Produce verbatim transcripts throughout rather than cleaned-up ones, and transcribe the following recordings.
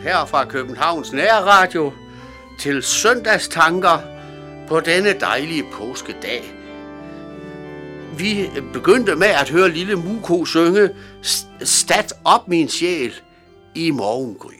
her fra Københavns Nærradio til søndagstanker på denne dejlige påskedag. Vi begyndte med at høre lille Muko synge "Stat op min sjæl" i morgengry.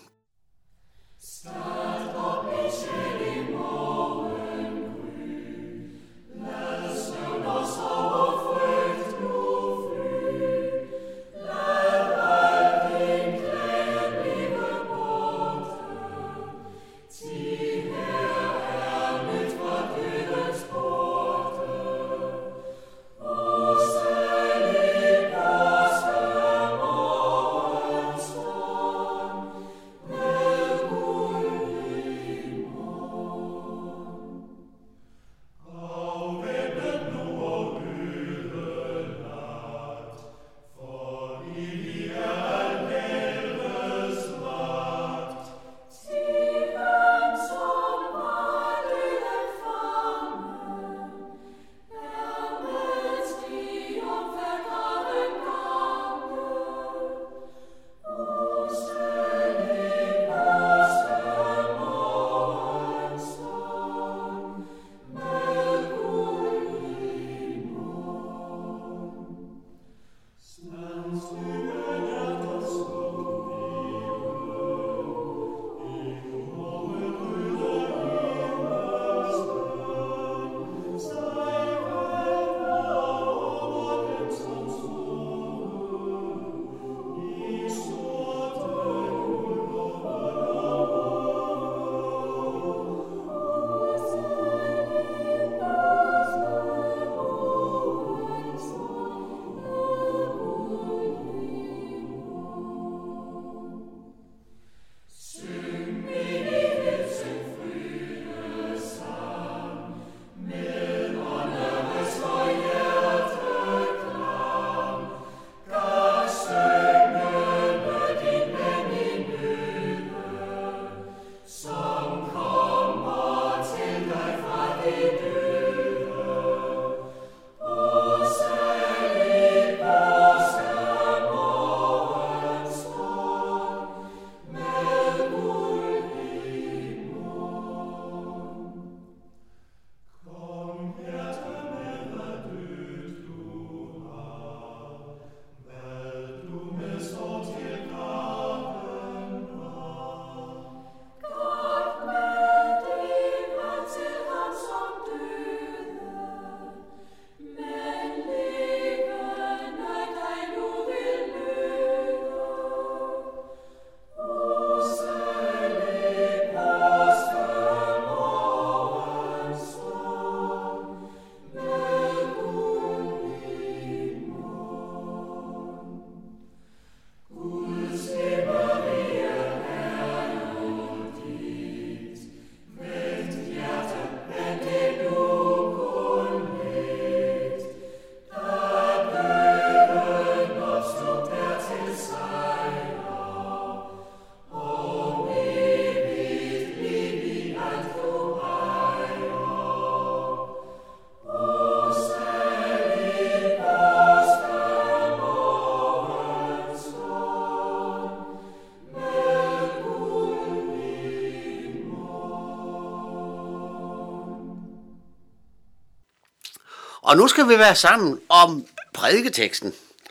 Og nu skal vi være sammen om prædiketeksten.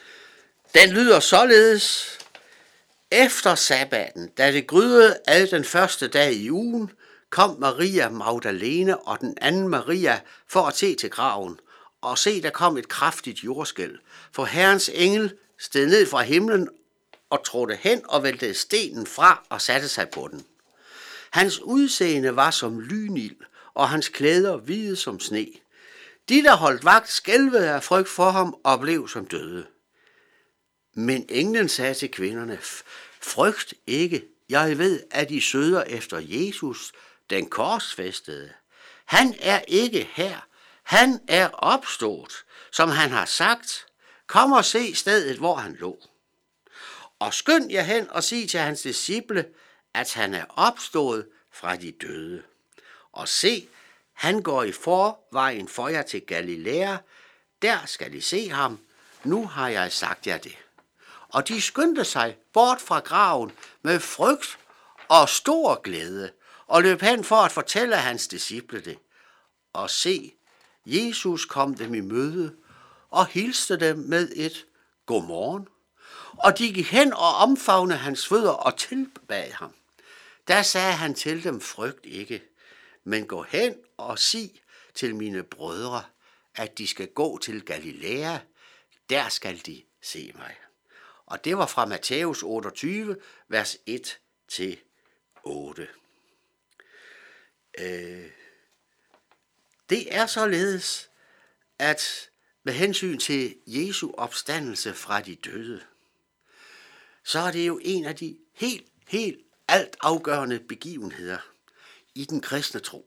Den lyder således: Efter sabbaten, da det gryede al den første dag i ugen, kom Maria Magdalene og den anden Maria for at se til graven, og se, der kom et kraftigt jordskælv, for Herrens engel steg ned fra himlen og trådte hen og væltede stenen fra og satte sig på den. Hans udseende var som lynild, og hans klæder hvide som sne. De, der holdt vagt, skælvede af frygt for ham og blev som døde. Men englen sagde til kvinderne: Frygt ikke, jeg ved, at I søger efter Jesus, den korsfæstede. Han er ikke her, han er opstået, som han har sagt. Kom og se stedet, hvor han lå. Og skynd jer hen og sig til hans disciple, at han er opstået fra de døde. Og se, han går i forvejen for jer til Galilea, der skal I se ham. Nu har jeg sagt jer det. Og de skyndte sig bort fra graven med frygt og stor glæde, og løb hen for at fortælle hans disciple det. Og se, Jesus kom dem i møde og hilste dem med et godmorgen. Og de gik hen og omfavnede hans fødder og tilbad ham. Der sagde han til dem, frygt ikke, men gå hen og sig til mine brødre, at de skal gå til Galilea, der skal de se mig. Og det var fra Matthæus otteogtyve, vers et til otte. Øh, det er således, at med hensyn til Jesu opstandelse fra de døde, så er det jo en af de helt, helt altafgørende begivenheder i den kristne tro.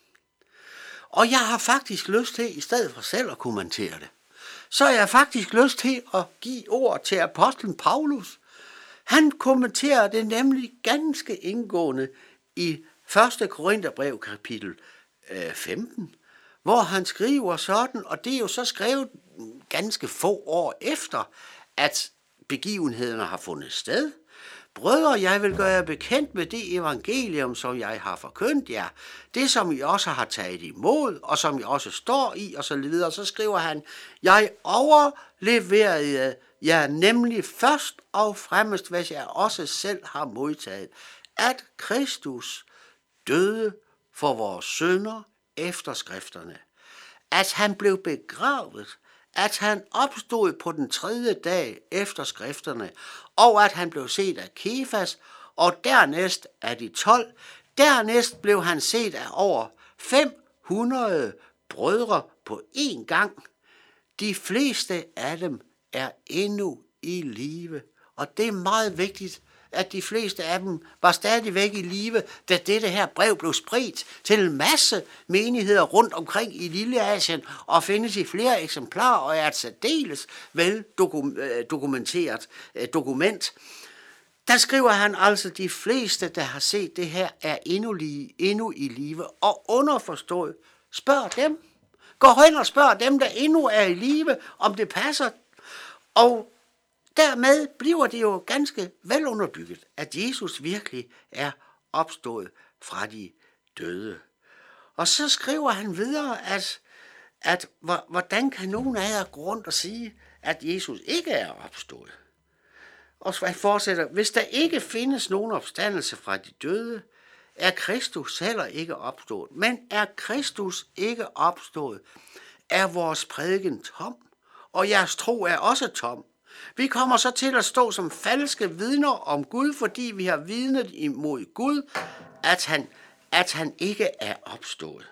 Og jeg har faktisk lyst til, i stedet for selv at kommentere det, så har jeg faktisk lyst til at give ord til apostlen Paulus. Han kommenterer det nemlig ganske indgående i første Korintherbrev kapitel femten, hvor han skriver sådan, og det er jo så skrevet ganske få år efter, at begivenhederne har fundet sted. Brødre, jeg vil gøre jer bekendt med det evangelium, som jeg har forkyndt jer, det som I også har taget imod, og som I også står i, og så videre. Så skriver han, jeg overleverede jer nemlig først og fremmest, hvad jeg også selv har modtaget, at Kristus døde for vores synder efter skrifterne, at han blev begravet, at han opstod på den tredje dag efter skrifterne, og at han blev set af Kefas, og dernæst af de tolv. Dernæst blev han set af over fem hundrede brødre på én gang. De fleste af dem er endnu i live, og det er meget vigtigt, at de fleste af dem var stadigvæk i live, da dette her brev blev spredt til en masse menigheder rundt omkring i Lilleasien og findes i flere eksemplarer og er et særdeles vel dokumenteret dokument. Der skriver han altså, de fleste, der har set det her, er endnu, lige, endnu i live og underforstået. Spørg dem. Gå hen og spørg dem, der endnu er i live, om det passer. Og dermed bliver det jo ganske velunderbygget, at Jesus virkelig er opstået fra de døde. Og så skriver han videre, at, at hvordan kan nogen af jer gå rundt og sige, at Jesus ikke er opstået? Og så fortsætter, hvis der ikke findes nogen opstandelse fra de døde, er Kristus heller ikke opstået. Men er Kristus ikke opstået, er vores prædiken tom, og jeres tro er også tom. Vi kommer så til at stå som falske vidner om Gud, fordi vi har vidnet imod Gud, at han, at han ikke er opstået.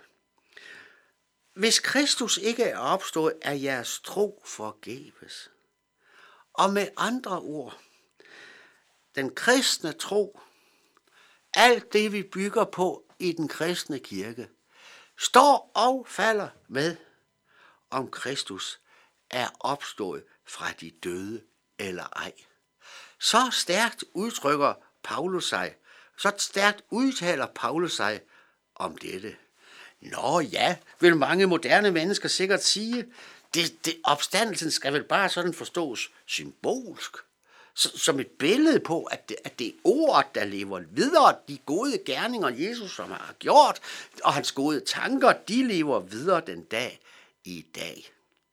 Hvis Kristus ikke er opstået, er jeres tro forgæves. Og med andre ord, den kristne tro, alt det vi bygger på i den kristne kirke, står og falder med, om Kristus er opstået fra de døde eller ej. Så stærkt udtrykker Paulus sig, så stærkt udtaler Paulus sig om dette. Nå ja, vil mange moderne mennesker sikkert sige, det, det, opstandelsen skal vel bare sådan forstås symbolsk, som et billede på, at det, at det er ordet, der lever videre, de gode gerninger, Jesus som har gjort, og hans gode tanker, de lever videre den dag i dag.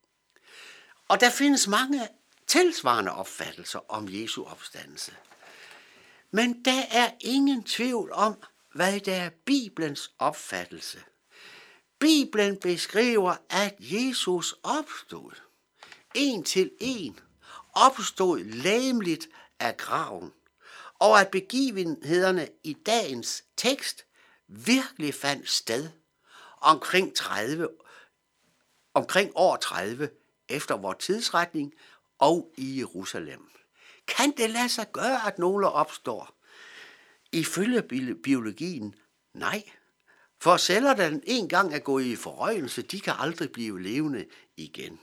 Og der findes mange tilsvarende opfattelser om Jesu opstandelse. Men der er ingen tvivl om, hvad der er Bibelens opfattelse. Bibelen beskriver, at Jesus opstod. En til en opstod legemligt af graven, og at begivenhederne i dagens tekst virkelig fandt sted omkring tredive, omkring år tredive efter vor tidsretning og i Jerusalem. Kan det lade sig gøre, at nogle opstår? Ifølge biologien, nej. For celler, der en gang er gået i forrøgelse, de kan aldrig blive levende igen.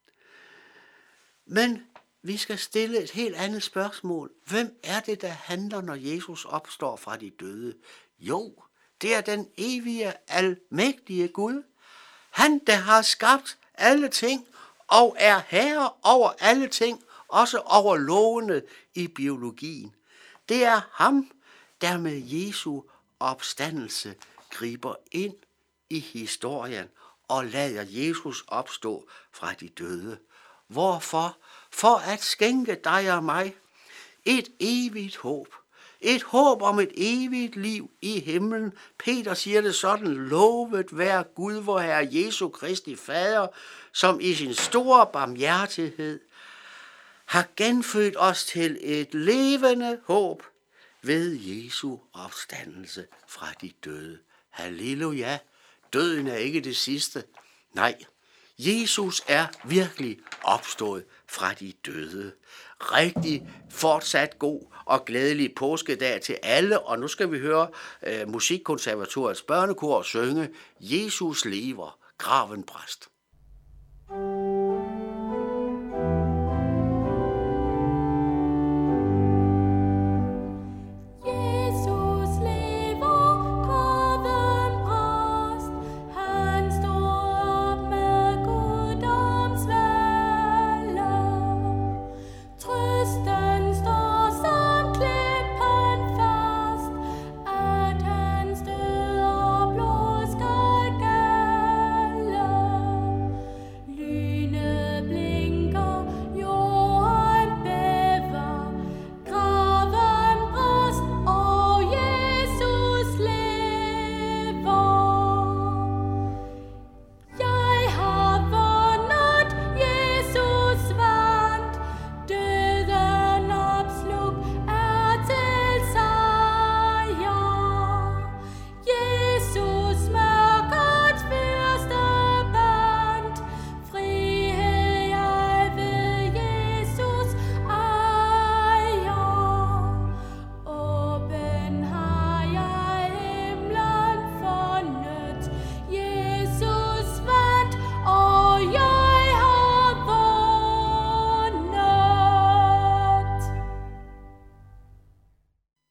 Men vi skal stille et helt andet spørgsmål. Hvem er det, der handler, når Jesus opstår fra de døde? Jo, det er den evige, almægtige Gud. Han, der har skabt alle ting og er herre over alle ting, også over lovene i biologien. Det er ham, der med Jesu opstandelse griber ind i historien og lader Jesus opstå fra de døde. Hvorfor? For at skænke dig og mig et evigt håb. Et håb om et evigt liv i himlen. Peter siger det sådan: lovet være Gud, vor Herre Jesu Kristi Fader, som i sin store barmhjertighed har genfødt os til et levende håb ved Jesu opstandelse fra de døde. Halleluja! Døden er ikke det sidste. Nej, Jesus er virkelig opstået fra de døde. Rigtig fortsat god og glædelig påskedag til alle, og nu skal vi høre uh, Musikkonservatoriets børnekor synge Jesus lever, graven brast.